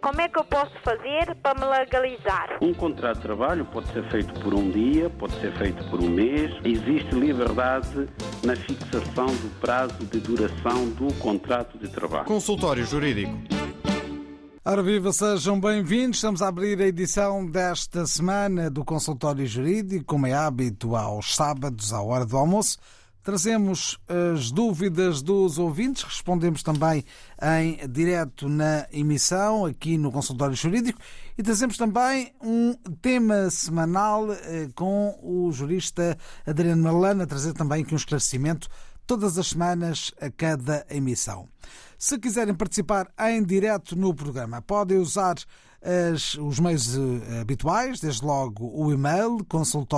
Como é que eu posso fazer para me legalizar? Um contrato de trabalho pode ser feito por um dia, pode ser feito por um mês. Existe liberdade na fixação do prazo de duração do contrato de trabalho. Consultório Jurídico. Ora viva, sejam bem-vindos. Estamos a abrir a edição desta semana do Consultório Jurídico, como é hábito aos sábados, à hora do almoço. Trazemos as dúvidas dos ouvintes, respondemos também em direto na emissão, aqui no Consultório Jurídico, e trazemos também um tema semanal com o jurista Adriano Malalane, a trazer também aqui um esclarecimento todas as semanas a cada emissão. Se quiserem participar em direto no programa, podem usar os meios habituais, desde logo o e-mail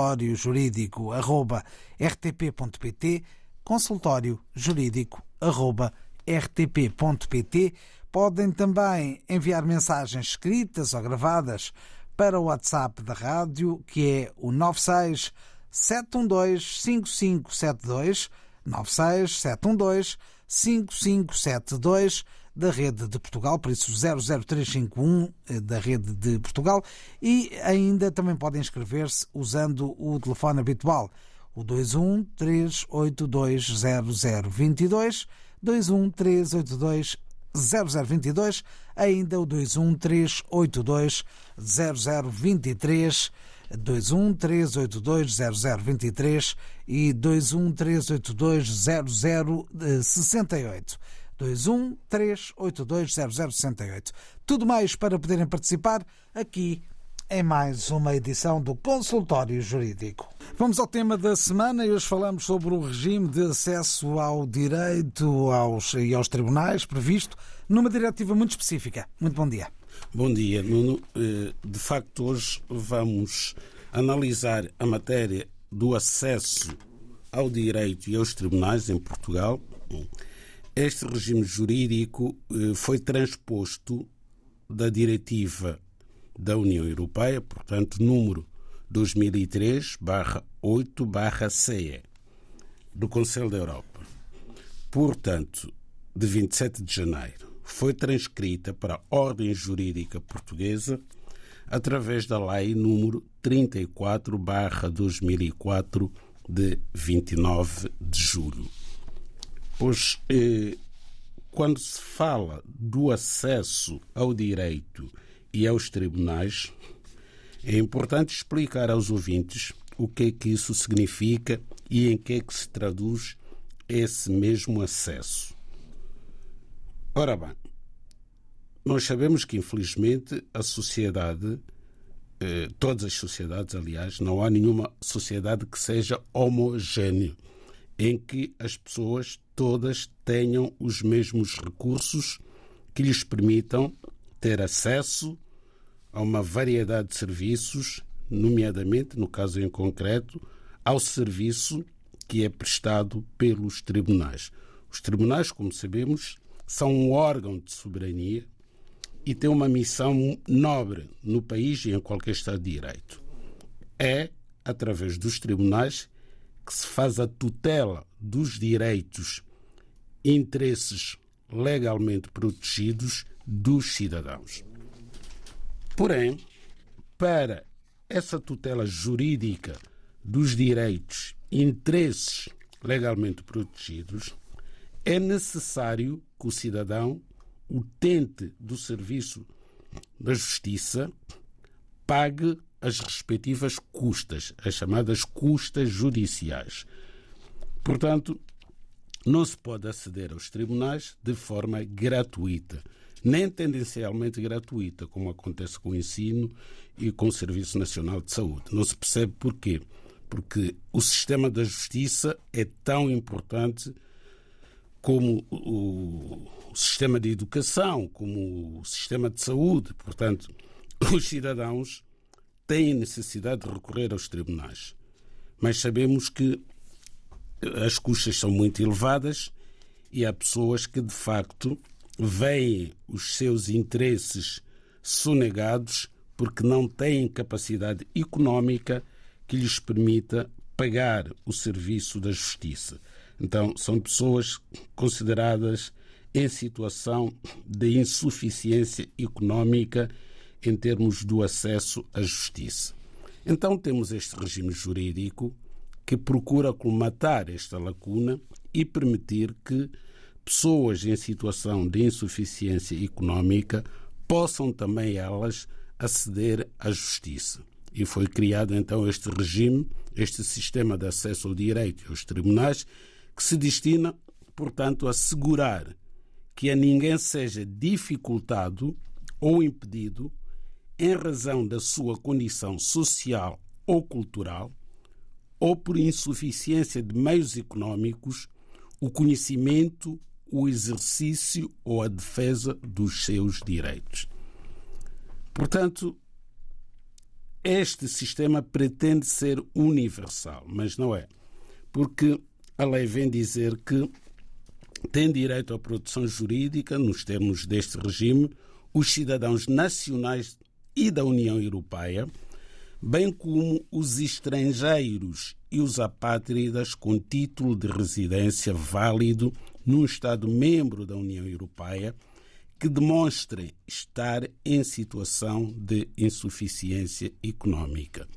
consultóriojurídico@rtp.pt, consultóriojurídico@rtp.pt. Podem também enviar mensagens escritas ou gravadas para o WhatsApp da rádio, que é o 96 712 5572, 96 712 5572 da Rede de Portugal, por isso 00351 da Rede de Portugal, e ainda também podem inscrever-se usando o telefone habitual, o 21 382 0022, 21 382 0022, ainda o 21 382 0023, 21 382 0023 e 21 382 0068. 21 382 0068. Tudo mais para poderem participar aqui em mais uma edição do Consultório Jurídico. Vamos ao tema da semana e hoje falamos sobre o regime de acesso ao direito e aos tribunais previsto numa diretiva muito específica. Muito bom dia. Bom dia, Nuno. De facto, hoje vamos analisar a matéria do acesso ao direito e aos tribunais em Portugal. Este regime jurídico foi transposto da diretiva da União Europeia, portanto, número 2003/8/CE, do Conselho da Europa. Portanto, de 27 de janeiro, foi transcrita para a ordem jurídica portuguesa através da Lei número 34/2004, de 29 de julho. Pois, quando se fala do acesso ao direito e aos tribunais, é importante explicar aos ouvintes o que é que isso significa e em que é que se traduz esse mesmo acesso. Ora bem, nós sabemos que, infelizmente, a sociedade, todas as sociedades, aliás, não há nenhuma sociedade que seja homogénea, em que as pessoas todas tenham os mesmos recursos que lhes permitam ter acesso a uma variedade de serviços, nomeadamente, no caso em concreto, ao serviço que é prestado pelos tribunais. Os tribunais, como sabemos, são um órgão de soberania e têm uma missão nobre no país e em qualquer Estado de Direito. É, através dos tribunais, que se faz a tutela dos direitos e interesses legalmente protegidos dos cidadãos. Porém, para essa tutela jurídica dos direitos e interesses legalmente protegidos, é necessário que o cidadão, utente do serviço da justiça, pague as respectivas custas, as chamadas custas judiciais. Portanto, não se pode aceder aos tribunais de forma gratuita, nem tendencialmente gratuita, como acontece com o ensino e com o Serviço Nacional de Saúde. Não se percebe porquê. Porque o sistema da justiça é tão importante como o sistema de educação, como o sistema de saúde. Portanto, os cidadãos têm necessidade de recorrer aos tribunais. Mas sabemos que as custas são muito elevadas e há pessoas que, de facto, veem os seus interesses sonegados porque não têm capacidade económica que lhes permita pagar o serviço da justiça. Então, são pessoas consideradas em situação de insuficiência económica em termos do acesso à justiça. Então temos este regime jurídico que procura colmatar esta lacuna e permitir que pessoas em situação de insuficiência económica possam também elas aceder à justiça. E foi criado então este regime, este sistema de acesso ao direito e aos tribunais, que se destina, portanto, a assegurar que a ninguém seja dificultado ou impedido, em razão da sua condição social ou cultural, ou por insuficiência de meios económicos, o conhecimento, o exercício ou a defesa dos seus direitos. Portanto, este sistema pretende ser universal, mas não é, porque a lei vem dizer que tem direito à proteção jurídica, nos termos deste regime, os cidadãos nacionais e da União Europeia, bem como os estrangeiros e os apátridas com título de residência válido num Estado-membro da União Europeia que demonstrem estar em situação de insuficiência económica.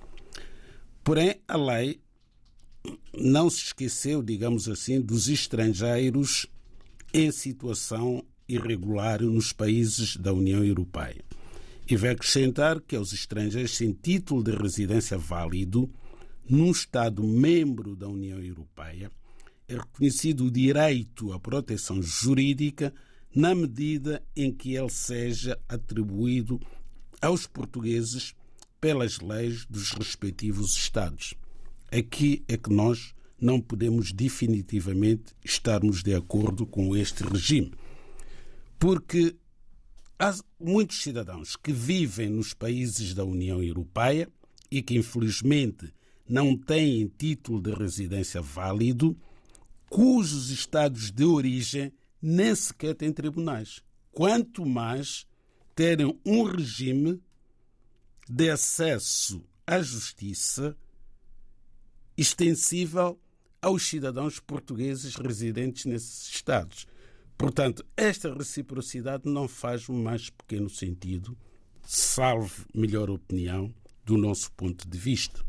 Porém, a lei não se esqueceu, digamos assim, dos estrangeiros em situação irregular nos países da União Europeia. E vai acrescentar que aos estrangeiros sem título de residência válido num Estado-membro da União Europeia é reconhecido o direito à proteção jurídica na medida em que ele seja atribuído aos portugueses pelas leis dos respectivos Estados. Aqui é que nós não podemos definitivamente estarmos de acordo com este regime, porque há muitos cidadãos que vivem nos países da União Europeia e que, infelizmente, não têm título de residência válido, cujos estados de origem nem sequer têm tribunais. Quanto mais terem um regime de acesso à justiça extensível aos cidadãos portugueses residentes nesses estados. Portanto, esta reciprocidade não faz o mais pequeno sentido, salvo melhor opinião, do nosso ponto de vista.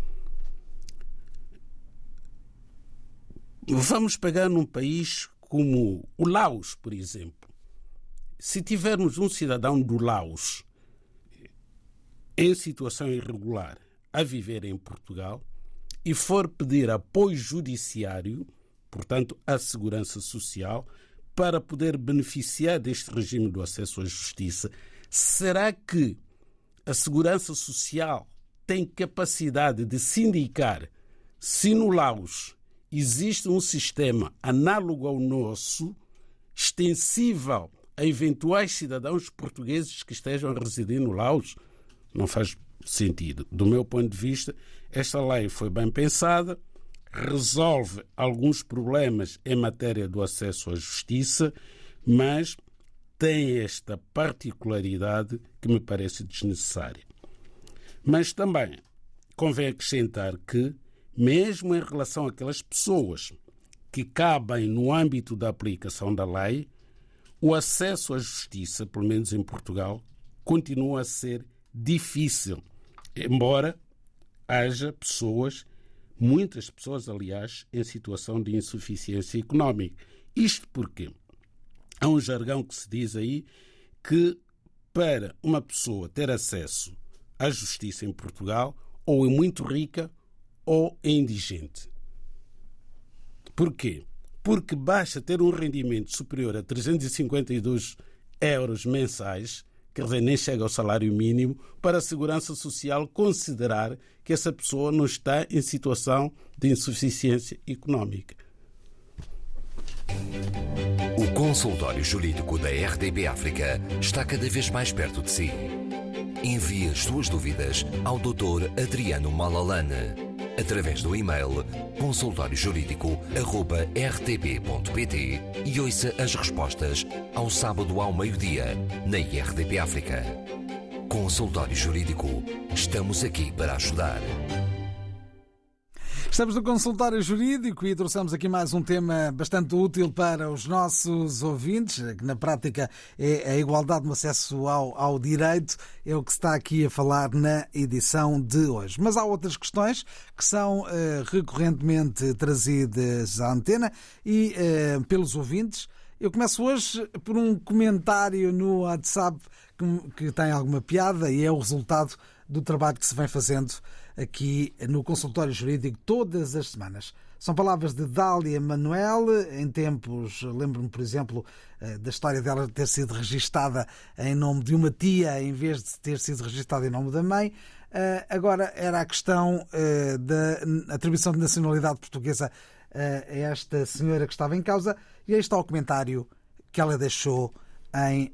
Vamos pegar num país como o Laos, por exemplo. Se tivermos um cidadão do Laos em situação irregular a viver em Portugal e for pedir apoio judiciário, portanto, à segurança social, para poder beneficiar deste regime do acesso à justiça, será que a segurança social tem capacidade de se indicar se no Laos existe um sistema análogo ao nosso, extensível a eventuais cidadãos portugueses que estejam a residir no Laos? Não faz sentido. Do meu ponto de vista, esta lei foi bem pensada, resolve alguns problemas em matéria do acesso à justiça, mas tem esta particularidade que me parece desnecessária. Mas também convém acrescentar que, mesmo em relação àquelas pessoas que cabem no âmbito da aplicação da lei, o acesso à justiça, pelo menos em Portugal, continua a ser difícil, embora haja pessoas, muitas pessoas, aliás, em situação de insuficiência económica. Isto porque há um jargão que se diz aí que para uma pessoa ter acesso à justiça em Portugal, ou é muito rica ou é indigente. Porquê? Porque basta ter um rendimento superior a 352 euros mensais, quer dizer, nem chega ao salário mínimo, para a Segurança Social considerar que essa pessoa não está em situação de insuficiência económica. O consultório jurídico da RDP África está cada vez mais perto de si. Envie as suas dúvidas ao Dr. Adriano Malalane através do e-mail consultoriojuridico@rtp.pt e ouça as respostas ao sábado ao meio-dia na RDP África. Consultório Jurídico. Estamos aqui para ajudar. Estamos no consultório jurídico e trouxemos aqui mais um tema bastante útil para os nossos ouvintes, que na prática é a igualdade no acesso ao direito, é o que se está aqui a falar na edição de hoje. Mas há outras questões que são recorrentemente trazidas à antena e pelos ouvintes. Eu começo hoje por um comentário no WhatsApp que tem alguma piada e é o resultado do trabalho que se vem fazendo aqui no consultório jurídico todas as semanas. São palavras de Dália Manuel. Em tempos, lembro-me, por exemplo, da história dela ter sido registada em nome de uma tia em vez de ter sido registada em nome da mãe. Agora era a questão da atribuição de nacionalidade portuguesa a esta senhora que estava em causa. E aí está o comentário que ela deixou em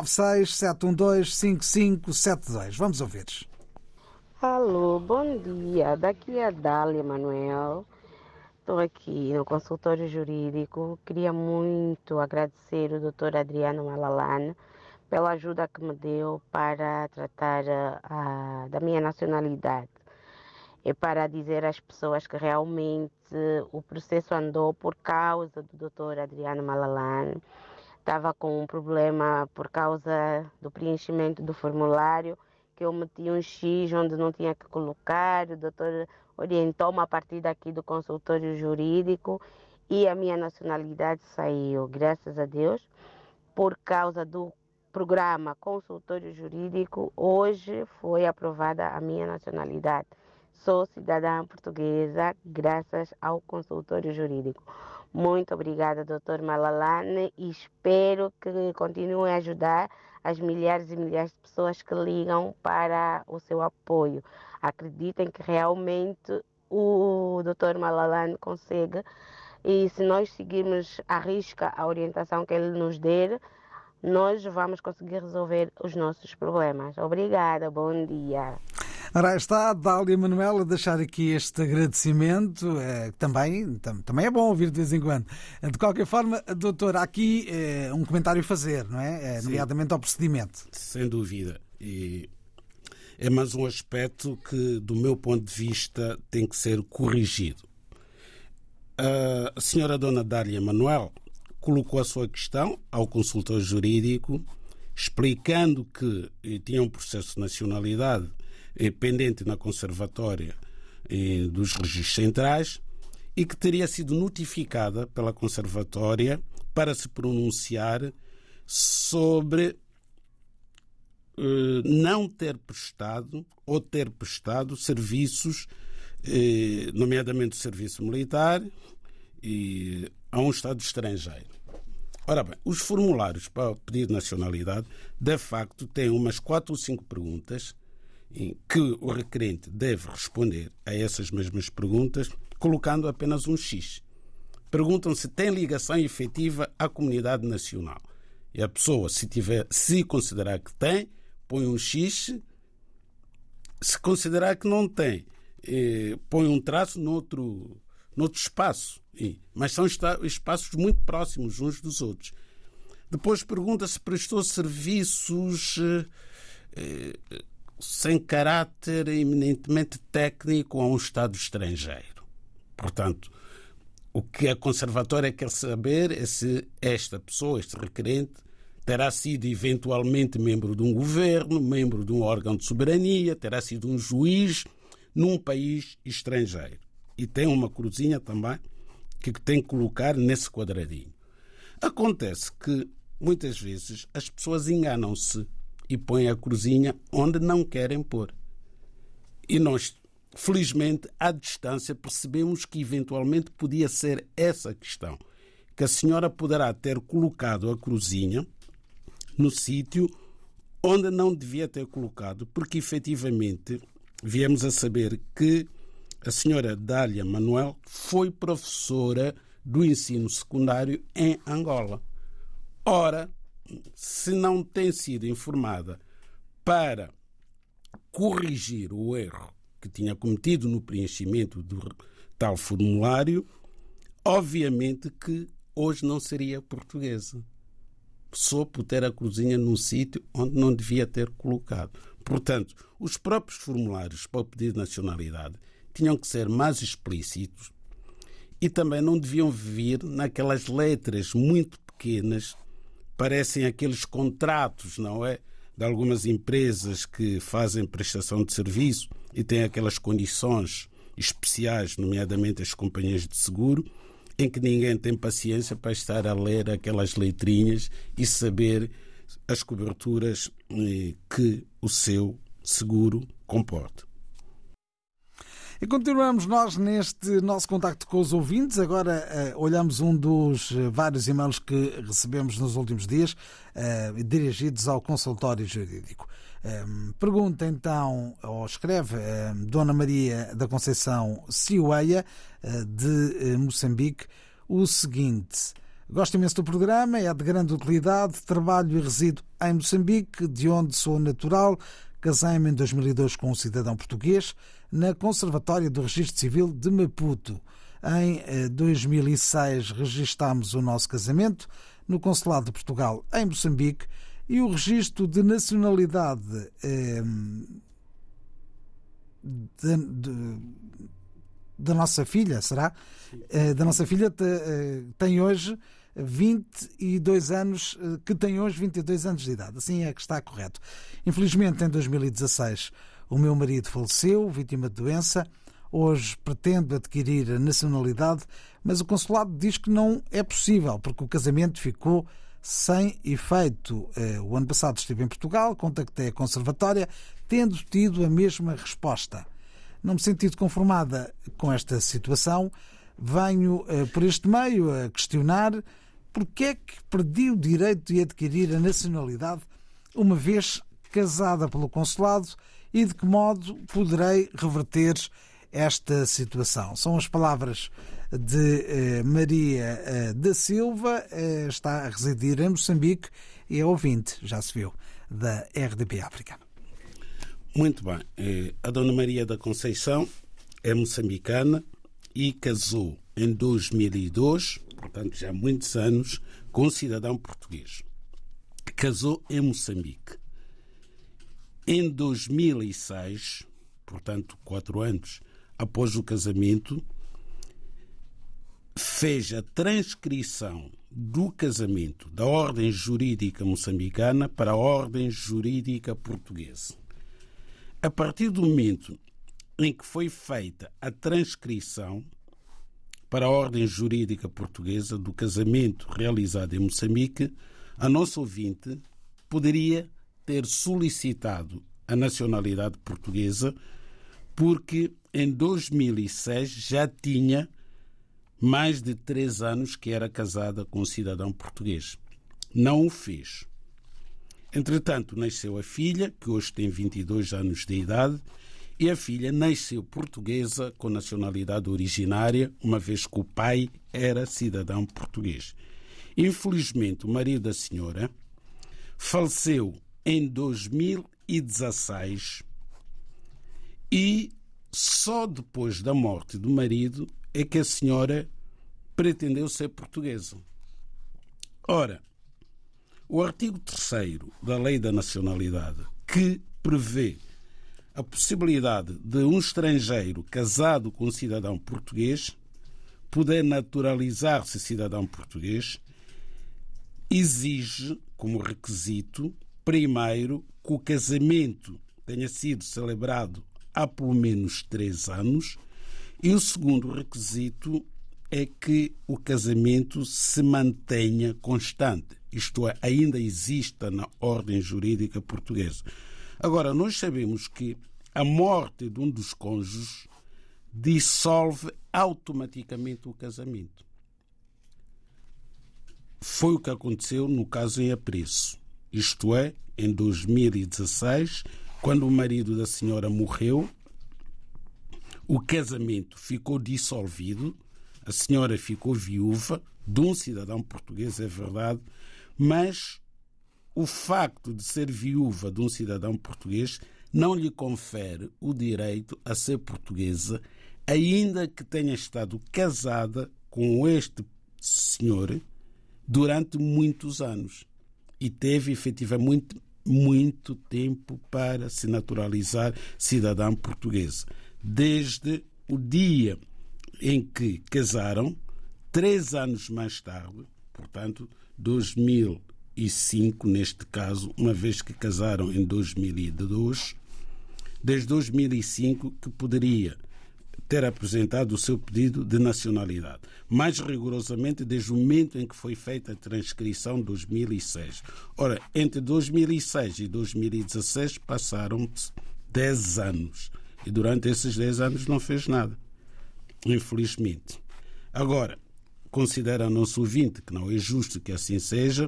967125572. Vamos ouvir. Alô, bom dia. Daqui é a Dália Manuel. Estou aqui no consultório jurídico. Queria muito agradecer o Dr. Adriano Malalane pela ajuda que me deu para tratar da minha nacionalidade. E para dizer às pessoas que realmente o processo andou por causa do Dr. Adriano Malalane. Estava com um problema por causa do preenchimento do formulário, que eu meti um X onde não tinha que colocar. O doutor orientou-me a partir daqui do consultório jurídico e a minha nacionalidade saiu, graças a Deus. Por causa do programa consultório jurídico, hoje foi aprovada a minha nacionalidade. Sou cidadã portuguesa graças ao consultório jurídico. Muito obrigada, Dr. Malalane, e espero que continue a ajudar as milhares e milhares de pessoas que ligam para o seu apoio. Acreditem que realmente o Dr. Malalane consegue, e se nós seguirmos à risca a orientação que ele nos der, nós vamos conseguir resolver os nossos problemas. Obrigada, bom dia. Ora, está a Dália Manuel a deixar aqui este agradecimento, também é bom ouvir de vez em quando. De qualquer forma, doutor, há aqui um comentário a fazer, não é? Nomeadamente ao procedimento. Sem dúvida. E é mais um aspecto que, do meu ponto de vista, tem que ser corrigido. A senhora dona Dália Manuel colocou a sua questão ao consultor jurídico, explicando que tinha um processo de nacionalidade pendente na Conservatória dos Registros Centrais e que teria sido notificada pela Conservatória para se pronunciar sobre não ter prestado ou ter prestado serviços, nomeadamente o serviço militar, a um Estado estrangeiro. Ora bem, os formulários para o pedido de nacionalidade, de facto, têm umas 4 ou 5 perguntas em que o requerente deve responder a essas mesmas perguntas, colocando apenas um X. Perguntam se tem ligação efetiva à comunidade nacional. E a pessoa, se considerar que tem, põe um X. Se considerar que não tem, põe um traço noutro espaço. Mas são espaços muito próximos uns dos outros. Depois pergunta se prestou serviços sem caráter eminentemente técnico a um Estado estrangeiro. Portanto, o que a Conservatória quer saber é se esta pessoa, este requerente, terá sido eventualmente membro de um governo, membro de um órgão de soberania, terá sido um juiz num país estrangeiro. E tem uma cruzinha também que tem que colocar nesse quadradinho. Acontece que, muitas vezes, as pessoas enganam-se e põem a cruzinha onde não querem pôr. E nós, felizmente, à distância, percebemos que eventualmente podia ser essa a questão. Que a senhora poderá ter colocado a cruzinha no sítio onde não devia ter colocado, porque efetivamente viemos a saber que a senhora Dália Manuel foi professora do ensino secundário em Angola. Ora, se não tem sido informada para corrigir o erro que tinha cometido no preenchimento do tal formulário, obviamente que hoje não seria portuguesa. Só por ter a cruzinha num sítio onde não devia ter colocado. Portanto, os próprios formulários para o pedido de nacionalidade tinham que ser mais explícitos e também não deviam vir naquelas letras muito pequenas, parecem aqueles contratos, não é? De algumas empresas que fazem prestação de serviço e têm aquelas condições especiais, nomeadamente as companhias de seguro, em que ninguém tem paciência para estar a ler aquelas letrinhas e saber as coberturas que o seu seguro comporta. E continuamos nós neste nosso contacto com os ouvintes. Agora olhamos um dos vários e-mails que recebemos nos últimos dias, dirigidos ao consultório jurídico. Pergunta então, ou escreve, Dona Maria da Conceição Cioeia, de Moçambique, o seguinte: gosto imenso do programa, é de grande utilidade, trabalho e resido em Moçambique, de onde sou natural. Casei-me em 2002 com um cidadão português na Conservatória do Registro Civil de Maputo. Em 2006 registámos o nosso casamento no Consulado de Portugal em Moçambique e o registro de nacionalidade da nossa filha, será? Da nossa filha tem hoje 22 anos, que tem hoje 22 anos de idade. Assim é que está correto. Infelizmente, em 2016, o meu marido faleceu, vítima de doença. Hoje pretendo adquirir a nacionalidade, mas o consulado diz que não é possível, porque o casamento ficou sem efeito. O ano passado estive em Portugal, contactei a conservatória, tendo tido a mesma resposta. Não me senti conformada com esta situação. Venho por este meio a questionar porque é que perdi o direito de adquirir a nacionalidade uma vez casada pelo consulado e de que modo poderei reverter esta situação. São as palavras de Maria da Silva, está a residir em Moçambique e é ouvinte, já se viu, da RDP África. Muito bem. A Dona Maria da Conceição é moçambicana e casou em 2002, portanto já há muitos anos, com um cidadão português. Casou em Moçambique. Em 2006, portanto 4 anos após o casamento, fez a transcrição do casamento da ordem jurídica moçambicana para a ordem jurídica portuguesa. A partir do momento em que foi feita a transcrição para a ordem jurídica portuguesa do casamento realizado em Moçambique, a nossa ouvinte poderia ter solicitado a nacionalidade portuguesa porque em 2006 já tinha mais de 3 anos que era casada com um cidadão português. Não o fez. Entretanto, nasceu a filha, que hoje tem 22 anos de idade, e a filha nasceu portuguesa com nacionalidade originária, uma vez que o pai era cidadão português. Infelizmente, o marido da senhora faleceu em 2016 e só depois da morte do marido é que a senhora pretendeu ser portuguesa. Ora, o artigo 3º da Lei da Nacionalidade, que prevê a possibilidade de um estrangeiro casado com um cidadão português poder naturalizar-se cidadão português, exige como requisito, primeiro, que o casamento tenha sido celebrado há pelo menos 3 anos e o segundo requisito é que o casamento se mantenha constante, isto é, ainda exista na ordem jurídica portuguesa. Agora, nós sabemos que a morte de um dos cônjuges dissolve automaticamente o casamento. Foi o que aconteceu no caso em Apreço. Isto é, em 2016, quando o marido da senhora morreu, o casamento ficou dissolvido, a senhora ficou viúva de um cidadão português, é verdade, mas o facto de ser viúva de um cidadão português não lhe confere o direito a ser portuguesa, ainda que tenha estado casada com este senhor durante muitos anos e teve efetivamente muito tempo para se naturalizar cidadã portuguesa, desde o dia em que casaram, 3 anos mais tarde, portanto, 2005, neste caso, uma vez que casaram em 2002, desde 2005 que poderia ter apresentado o seu pedido de nacionalidade. Mais rigorosamente, desde o momento em que foi feita a transcrição de 2006. Ora, entre 2006 e 2016 passaram-se 10 anos. E durante esses 10 anos não fez nada. Infelizmente. Agora, considera nosso ouvinte que não é justo que assim seja,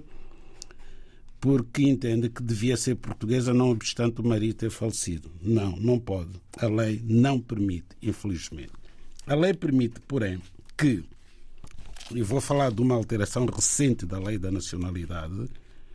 porque entende que devia ser portuguesa, não obstante o marido ter falecido. Não, não pode. A lei não permite, infelizmente. A lei permite, porém, que, e vou falar de uma alteração recente da lei da nacionalidade,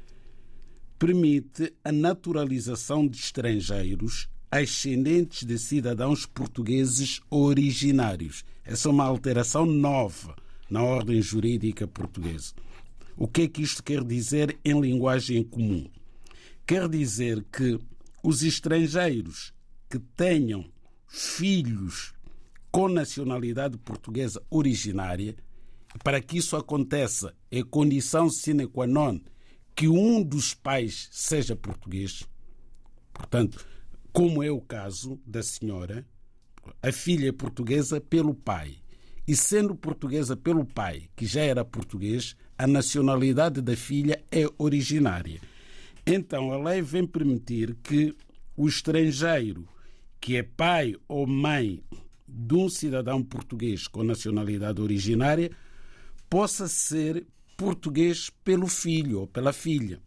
permite a naturalização de estrangeiros ascendentes de cidadãos portugueses originários. Essa é uma alteração nova na ordem jurídica portuguesa. O que é que isto quer dizer em linguagem comum? Quer dizer que os estrangeiros que tenham filhos com nacionalidade portuguesa originária, para que isso aconteça, é condição sine qua non que um dos pais seja português. Portanto, como é o caso da senhora, a filha é portuguesa pelo pai. E sendo portuguesa pelo pai, que já era português, a nacionalidade da filha é originária. Então, a lei vem permitir que o estrangeiro, que é pai ou mãe de um cidadão português com nacionalidade originária, possa ser português pelo filho ou pela filha.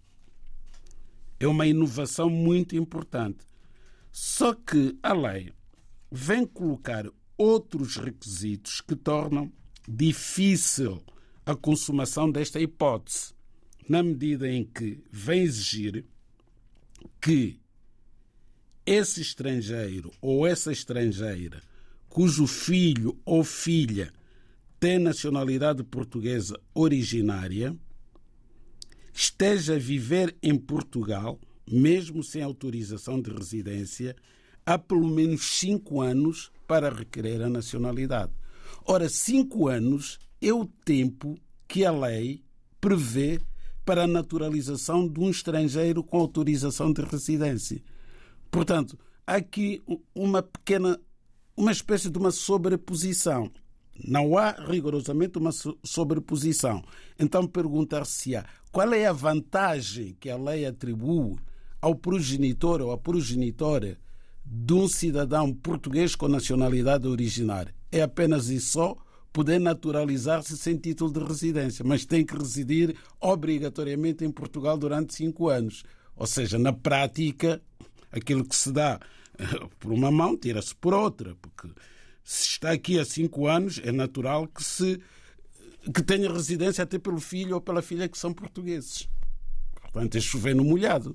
É uma inovação muito importante. Só que a lei vem colocar outros requisitos que tornam difícil a consumação desta hipótese, na medida em que vem exigir que esse estrangeiro ou essa estrangeira cujo filho ou filha tem nacionalidade portuguesa originária esteja a viver em Portugal, mesmo sem autorização de residência, há pelo menos 5 anos para requerer a nacionalidade. Ora, 5 anos é o tempo que a lei prevê para a naturalização de um estrangeiro com autorização de residência. Portanto, há aqui uma espécie de uma sobreposição. Não há rigorosamente uma sobreposição. Então perguntar-se-á qual é a vantagem que a lei atribui ao progenitor ou à progenitora de um cidadão português com nacionalidade originária. É apenas e só poder naturalizar-se sem título de residência, mas tem que residir obrigatoriamente em Portugal durante 5 anos. Ou seja, na prática, aquilo que se dá por uma mão tira-se por outra, porque se está aqui há 5 anos, é natural que tenha residência até pelo filho ou pela filha que são portugueses. Portanto, é chover no molhado.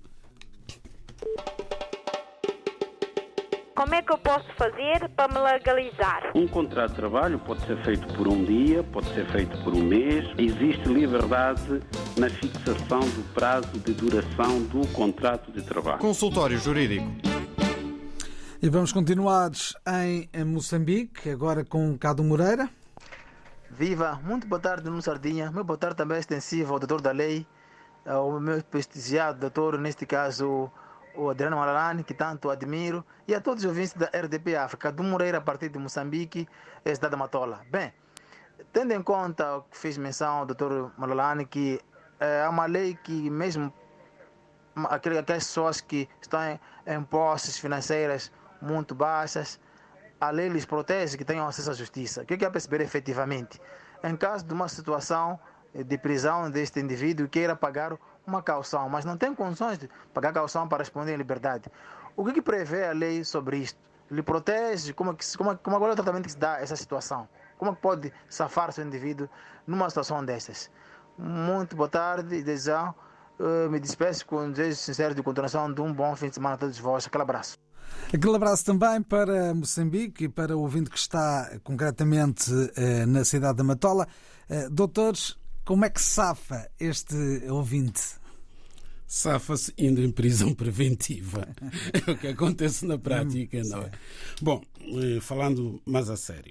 Como é que eu posso fazer para me legalizar? Um contrato de trabalho pode ser feito por um dia, pode ser feito por um mês. Existe liberdade na fixação do prazo de duração do contrato de trabalho. Consultório Jurídico. E vamos continuar em Moçambique, agora com Cado Moreira. Viva! Muito boa tarde, Nuno Sardinha. Meu boa tarde também é extensivo ao doutor da lei, ao meu prestigiado doutor, neste caso o Adriano Malalane, que tanto admiro, e a todos os ouvintes da RDP África, do Moreira, a partir de Moçambique, cidade da Matola. Bem, tendo em conta o que fez menção ao doutor Malalane, que há uma lei que mesmo aquelas pessoas que estão em posses financeiras muito baixas, a lei lhes protege que tenham acesso à justiça. O que é perceber efetivamente? Em caso de uma situação de prisão deste indivíduo, queira pagar uma caução, mas não tem condições de pagar caução para responder em liberdade. O que prevê a lei sobre isto? Lhe protege? Como agora é o tratamento que se dá a essa situação? Como é que pode safar-se o indivíduo numa situação dessas? Muito boa tarde e desde já me despeço com um desejo sincero de continuação de um bom fim de semana a todos vós. Aquele abraço. Aquele abraço também para Moçambique e para o ouvinte que está concretamente na cidade da Matola. Doutores, como é que safa este ouvinte? safa-se indo em prisão preventiva. É o que acontece na prática, não é? Bom, falando mais a sério,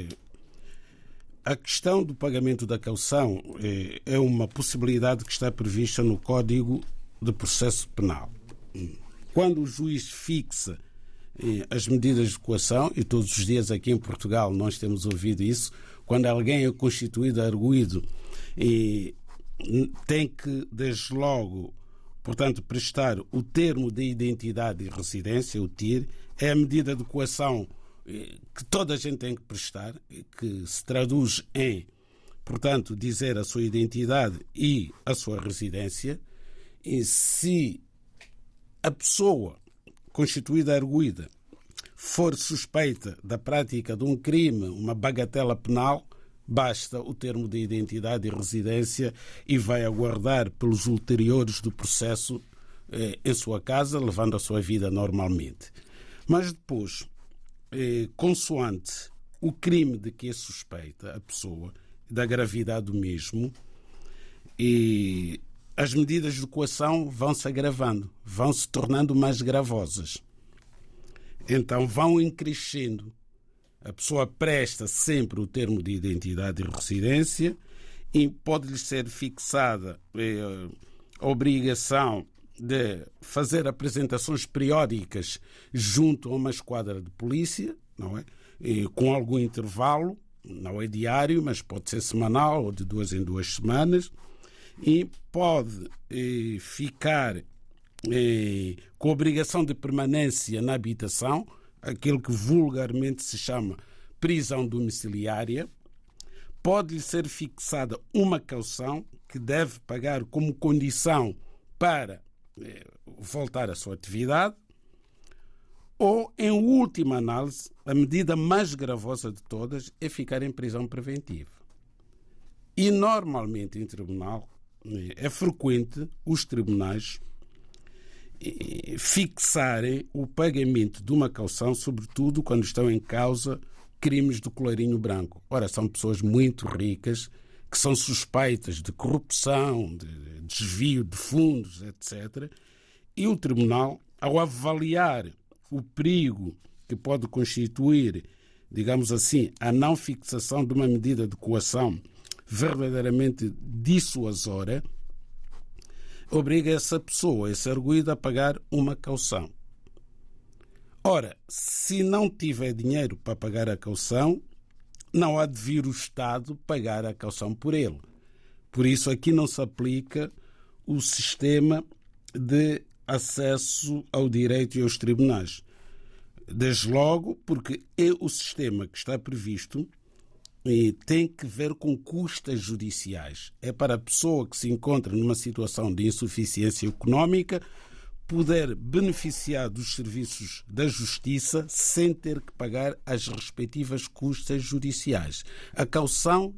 a questão do pagamento da caução é uma possibilidade que está prevista no Código de Processo Penal. Quando o juiz fixa as medidas de coação, e todos os dias aqui em Portugal nós temos ouvido isso, quando alguém é constituído arguido, tem que, desde logo, portanto, prestar o termo de identidade e residência, o TIR, é a medida de coação que toda a gente tem que prestar, que se traduz em, portanto, dizer a sua identidade e a sua residência. E se a pessoa constituída arguida for suspeita da prática de um crime, uma bagatela penal, basta o termo de identidade e residência e vai aguardar pelos ulteriores do processo em sua casa, levando a sua vida normalmente. Mas depois, consoante o crime de que é suspeita a pessoa, da gravidade do mesmo, e as medidas de coação vão se agravando, vão se tornando mais gravosas. Então vão crescendo. A pessoa presta sempre o termo de identidade e residência e pode-lhe ser fixada a obrigação de fazer apresentações periódicas junto a uma esquadra de polícia, não é? Com algum intervalo, não é diário, mas pode ser semanal ou de 2 em 2 semanas, e pode ficar com obrigação de permanência na habitação, aquilo que vulgarmente se chama prisão domiciliária. Pode-lhe ser fixada uma caução que deve pagar como condição para voltar à sua atividade, ou, em última análise, a medida mais gravosa de todas é ficar em prisão preventiva. E, normalmente, em tribunal, é frequente os tribunais fixarem o pagamento de uma caução, sobretudo quando estão em causa crimes do colarinho branco. Ora, são pessoas muito ricas que são suspeitas de corrupção, de desvio de fundos, etc. E o tribunal, ao avaliar o perigo que pode constituir, digamos assim, a não fixação de uma medida de coação verdadeiramente dissuasória, obriga essa pessoa, esse arguido, a pagar uma caução. Ora, se não tiver dinheiro para pagar a caução, não há de vir o Estado pagar a caução por ele. Por isso aqui não se aplica o sistema de acesso ao direito e aos tribunais. Desde logo, porque é o sistema que está previsto e tem que ver com custas judiciais. É para a pessoa que se encontra numa situação de insuficiência económica poder beneficiar dos serviços da justiça sem ter que pagar as respectivas custas judiciais. A caução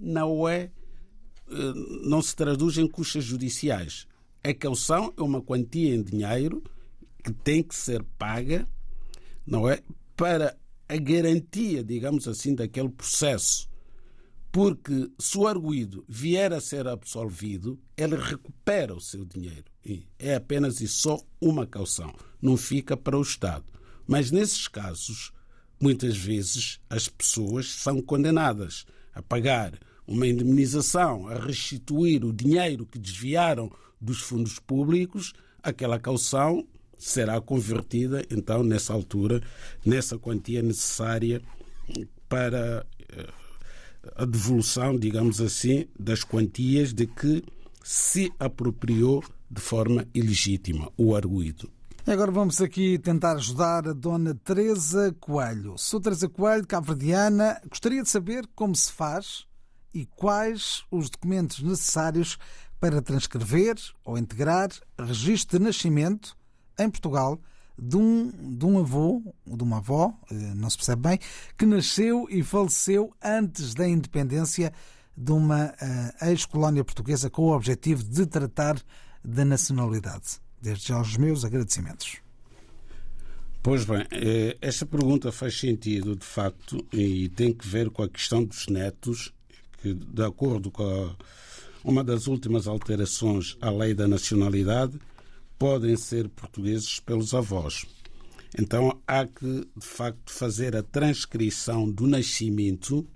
não se traduz em custas judiciais. A caução é uma quantia em dinheiro que tem que ser paga, não é, para a garantia, digamos assim, daquele processo. Porque se o arguido vier a ser absolvido, ele recupera o seu dinheiro. E é apenas e só uma caução. Não fica para o Estado. Mas nesses casos, muitas vezes, as pessoas são condenadas a pagar uma indemnização, a restituir o dinheiro que desviaram dos fundos públicos. Aquela caução será convertida, então, nessa altura, nessa quantia necessária para a devolução, digamos assim, das quantias de que se apropriou de forma ilegítima o arguido. Agora vamos aqui tentar ajudar a Dona Teresa Coelho. Sou Teresa Coelho, cabo-verdiana. Gostaria de saber como se faz e quais os documentos necessários para transcrever ou integrar registro de nascimento em Portugal de um avô, ou de uma avó, não se percebe bem, que nasceu e faleceu antes da independência de uma ex-colónia portuguesa com o objetivo de tratar da nacionalidade. Desde já os meus agradecimentos. Pois bem, esta pergunta faz sentido, de facto, e tem que ver com a questão dos netos, que, de acordo com uma das últimas alterações à lei da nacionalidade, podem ser portugueses pelos avós. Então há que, de facto, fazer a transcrição do nascimento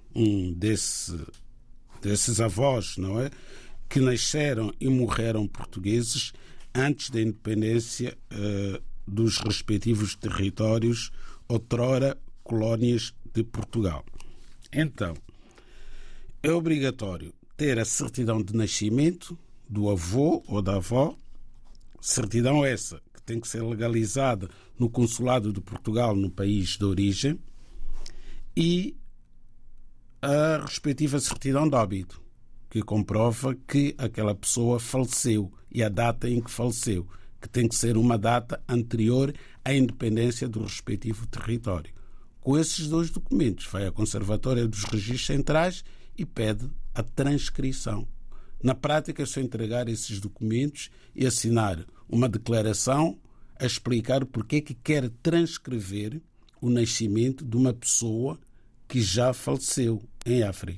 desses avós, não é? Que nasceram e morreram portugueses antes da independência dos respectivos territórios, outrora colónias de Portugal. Então, é obrigatório ter a certidão de nascimento do avô ou da avó, certidão essa que tem que ser legalizada no Consulado de Portugal no país de origem, e a respectiva certidão de óbito, que comprova que aquela pessoa faleceu e a data em que faleceu, que tem que ser uma data anterior à independência do respectivo território. Com esses dois documentos, vai à Conservatória dos Registros Centrais e pede a transcrição. Na prática, é só entregar esses documentos e assinar uma declaração a explicar porque é que quer transcrever o nascimento de uma pessoa que já faleceu em África.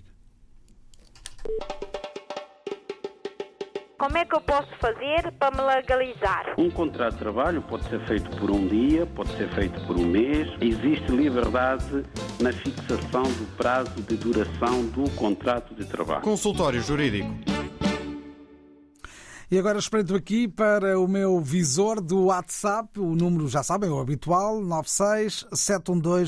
Como é que eu posso fazer para me legalizar? Um contrato de trabalho pode ser feito por um dia, pode ser feito por um mês. Existe liberdade na fixação do prazo de duração do contrato de trabalho. Consultório Jurídico. E agora espreito aqui para o meu visor do WhatsApp. O número, já sabem, é o habitual, 96 712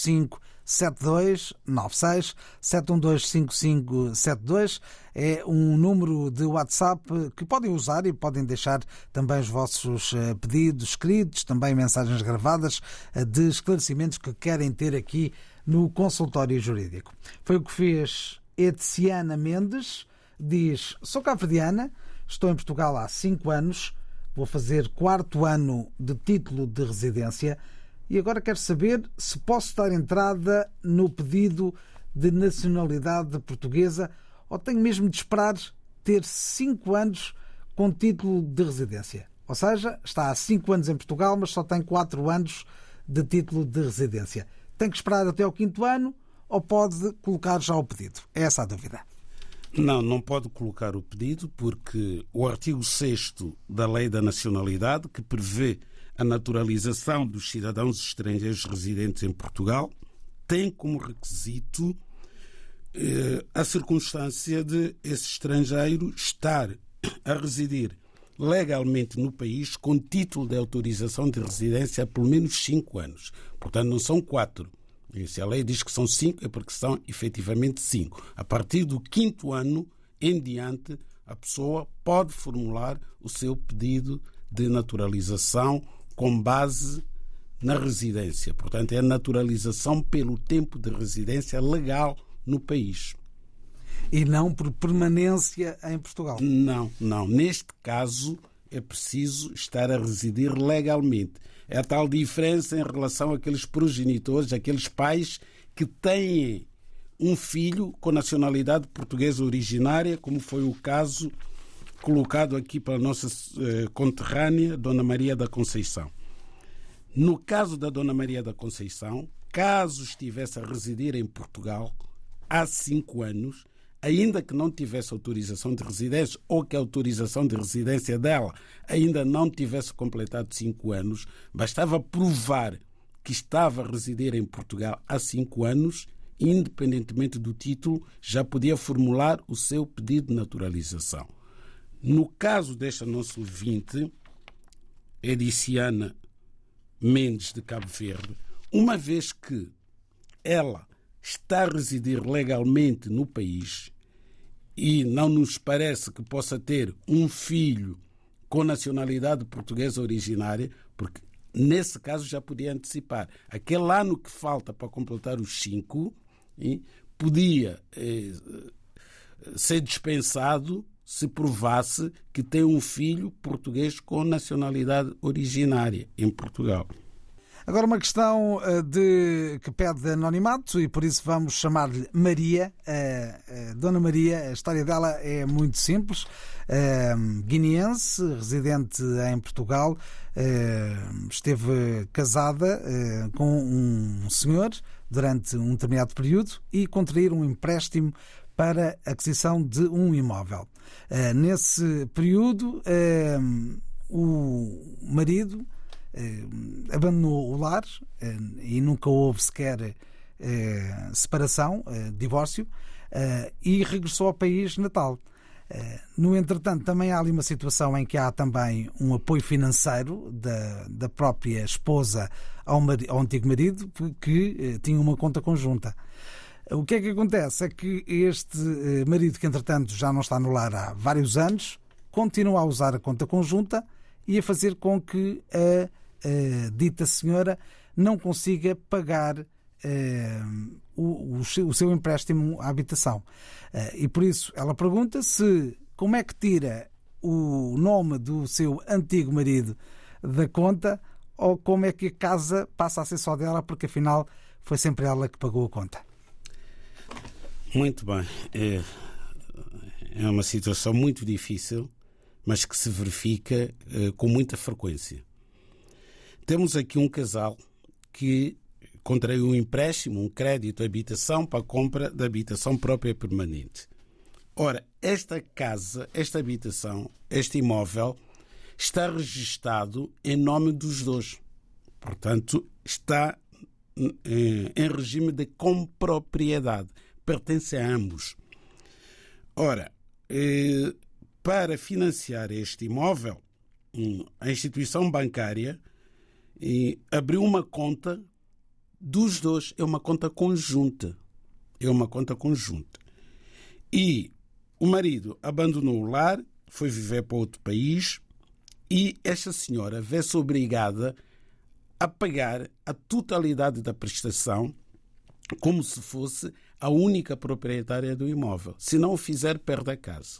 5572, 96 712 5572. É um número de WhatsApp que podem usar e podem deixar também os vossos pedidos escritos, também mensagens gravadas de esclarecimentos que querem ter aqui no consultório jurídico. Foi o que fez Etciana Mendes. Diz: sou cabo-verdiana, estou em Portugal há 5 anos, vou fazer 4º ano de título de residência e agora quero saber se posso dar entrada no pedido de nacionalidade portuguesa ou tenho mesmo de esperar ter 5 anos com título de residência. Ou seja, está há 5 anos em Portugal, mas só tem 4 anos de título de residência. Tem que esperar até o 5º ano ou pode colocar já o pedido? É essa a dúvida. Não pode colocar o pedido porque o artigo 6º da Lei da Nacionalidade, que prevê a naturalização dos cidadãos estrangeiros residentes em Portugal, tem como requisito a circunstância de esse estrangeiro estar a residir legalmente no país com título de autorização de residência há pelo menos 5 anos. Portanto, não são 4. E se a lei diz que são 5, é porque são efetivamente 5. A partir do 5º ano em diante, a pessoa pode formular o seu pedido de naturalização com base na residência. Portanto, é a naturalização pelo tempo de residência legal no país. E não por permanência em Portugal? Não. Neste caso, é preciso estar a residir legalmente. É a tal diferença em relação àqueles progenitores, aqueles pais que têm um filho com nacionalidade portuguesa originária, como foi o caso colocado aqui pela nossa conterrânea, Dona Maria da Conceição. No caso da Dona Maria da Conceição, caso estivesse a residir em Portugal há 5 anos, ainda que não tivesse autorização de residência ou que a autorização de residência dela ainda não tivesse completado 5 anos, bastava provar que estava a residir em Portugal há 5 anos, independentemente do título, já podia formular o seu pedido de naturalização. No caso desta nossa ouvinte, Ediciana Mendes de Cabo Verde, uma vez que ela está a residir legalmente no país e não nos parece que possa ter um filho com nacionalidade portuguesa originária, porque nesse caso já podia antecipar. Aquele ano que falta para completar os 5 podia ser dispensado se provasse que tem um filho português com nacionalidade originária em Portugal. Agora uma questão que pede anonimato e por isso vamos chamar-lhe Maria. Dona Maria, a história dela é muito simples. Guineense, residente em Portugal, esteve casada com um senhor durante um determinado período e contraíram um empréstimo para a aquisição de um imóvel. Nesse período, o marido abandonou o lar e nunca houve sequer separação, divórcio, e regressou ao país natal. No entretanto, também há ali uma situação em que há também um apoio financeiro da própria esposa ao antigo marido, que tinha uma conta conjunta. O que é que acontece? É que este marido, que entretanto já não está no lar há vários anos, continua a usar a conta conjunta e a fazer com que a dita senhora não consiga pagar o seu empréstimo à habitação. E por isso ela pergunta como é que tira o nome do seu antigo marido da conta, ou como é que a casa passa a ser só dela, porque afinal foi sempre ela que pagou a conta. Muito bem. É uma situação muito difícil, mas que se verifica com muita frequência. Temos aqui um casal que contraiu um empréstimo, um crédito de habitação para a compra da habitação própria permanente. Ora, esta casa, esta habitação, este imóvel está registado em nome dos dois. Portanto, está em regime de compropriedade. Pertence a ambos. Ora, para financiar este imóvel, a instituição bancária abriu uma conta dos dois. É uma conta conjunta. E o marido abandonou o lar, foi viver para outro país, e esta senhora vê-se obrigada a pagar a totalidade da prestação como se fosse a única proprietária do imóvel. Se não o fizer, perde a casa.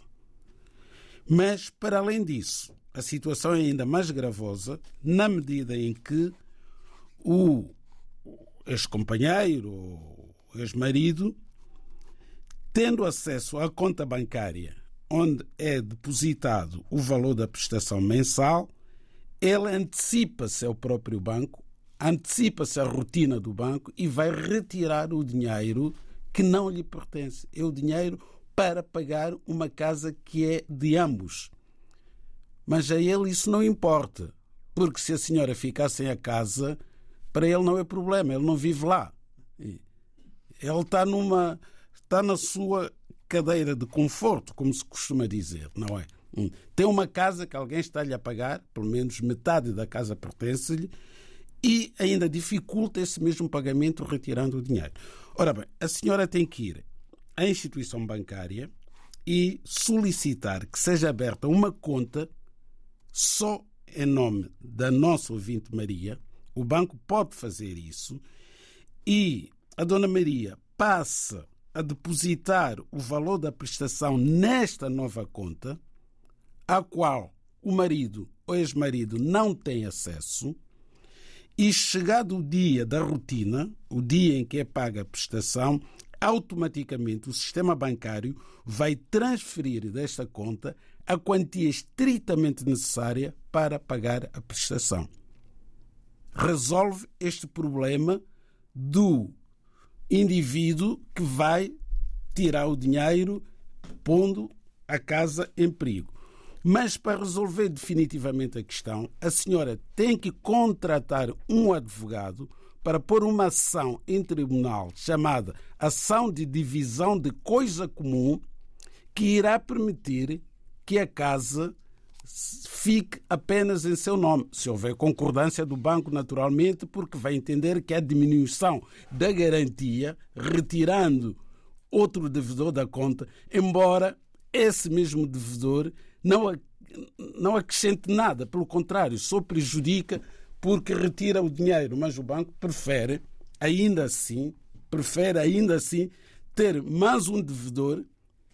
Mas, para além disso, a situação é ainda mais gravosa na medida em que o ex-companheiro ou ex-marido, tendo acesso à conta bancária onde é depositado o valor da prestação mensal, ele antecipa-se ao próprio banco, antecipa-se à rotina do banco e vai retirar o dinheiro que não lhe pertence. É o dinheiro para pagar uma casa que é de ambos. Mas a ele isso não importa, porque se a senhora ficar sem a casa, para ele não é problema, ele não vive lá. Ele está na sua cadeira de conforto, como se costuma dizer, não é? Tem uma casa que alguém está-lhe a pagar, pelo menos metade da casa pertence-lhe, e ainda dificulta esse mesmo pagamento retirando o dinheiro. Ora bem, a senhora tem que ir à instituição bancária e solicitar que seja aberta uma conta só em nome da nossa ouvinte Maria. O banco pode fazer isso e a dona Maria passa a depositar o valor da prestação nesta nova conta, à qual o marido ou ex-marido não tem acesso, e chegado o dia da rotina, o dia em que é paga a prestação, automaticamente o sistema bancário vai transferir desta conta a quantia estritamente necessária para pagar a prestação. Resolve este problema do indivíduo que vai tirar o dinheiro pondo a casa em perigo. Mas para resolver definitivamente a questão, a senhora tem que contratar um advogado para pôr uma ação em tribunal chamada ação de divisão de coisa comum, que irá permitir que a casa fique apenas em seu nome, se houver concordância do banco, naturalmente, porque vai entender que a diminuição da garantia, retirando outro devedor da conta, embora esse mesmo devedor não acrescente nada, pelo contrário, só prejudica porque retira o dinheiro, mas o banco prefere ainda assim ter mais um devedor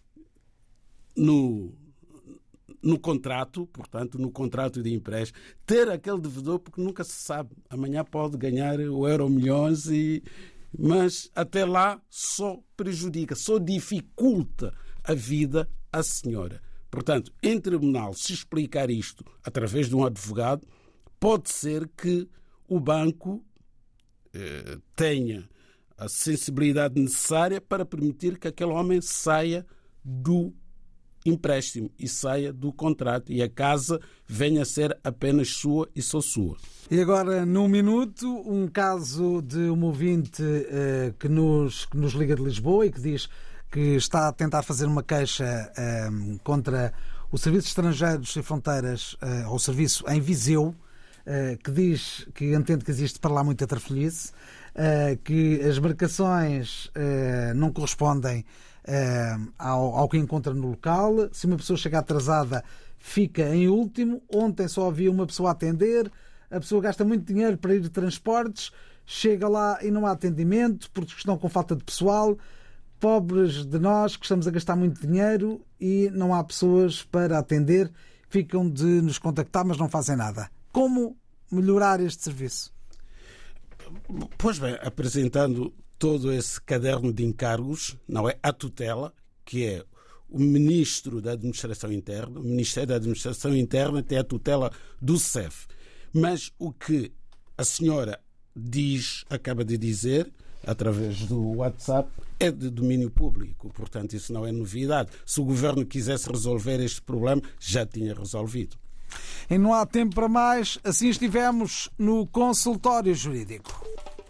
no contrato, portanto, no contrato de empréstimo, ter aquele devedor, porque nunca se sabe, amanhã pode ganhar o Euromilhões, mas até lá só prejudica, só dificulta a vida à senhora. Portanto, em tribunal, se explicar isto através de um advogado, pode ser que o banco tenha a sensibilidade necessária para permitir que aquele homem saia do empréstimo e saia do contrato e a casa venha a ser apenas sua e só sua. E agora, num minuto, um caso de um ouvinte que nos liga de Lisboa e que diz que está a tentar fazer uma queixa contra o Serviço de Estrangeiros e Fronteiras, ou o Serviço em Viseu, que diz que entende que existe para lá muita trafolhice, que as marcações não correspondem ao que encontra no local. Se uma pessoa chega atrasada, fica em último. Ontem só havia uma pessoa a atender. A pessoa gasta muito dinheiro para ir de transportes, chega lá e não há atendimento porque estão com falta de pessoal. Pobres de nós que estamos a gastar muito dinheiro e não há pessoas para atender. Ficam de nos contactar, mas não fazem nada. Como melhorar este serviço? Pois bem, apresentando todo esse caderno de encargos, não é? A tutela, que é o Ministro da Administração Interna. O Ministério da Administração Interna tem a tutela do SEF. Mas o que a senhora acaba de dizer, através do WhatsApp, é de domínio público. Portanto, isso não é novidade. Se o Governo quisesse resolver este problema, já tinha resolvido. E não há tempo para mais. Assim estivemos no consultório jurídico.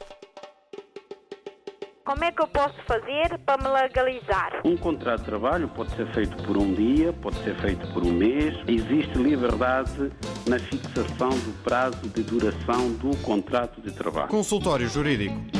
Como é que eu posso fazer para me legalizar? Um contrato de trabalho pode ser feito por um dia, pode ser feito por um mês. Existe liberdade na fixação do prazo de duração do contrato de trabalho. Consultório Jurídico.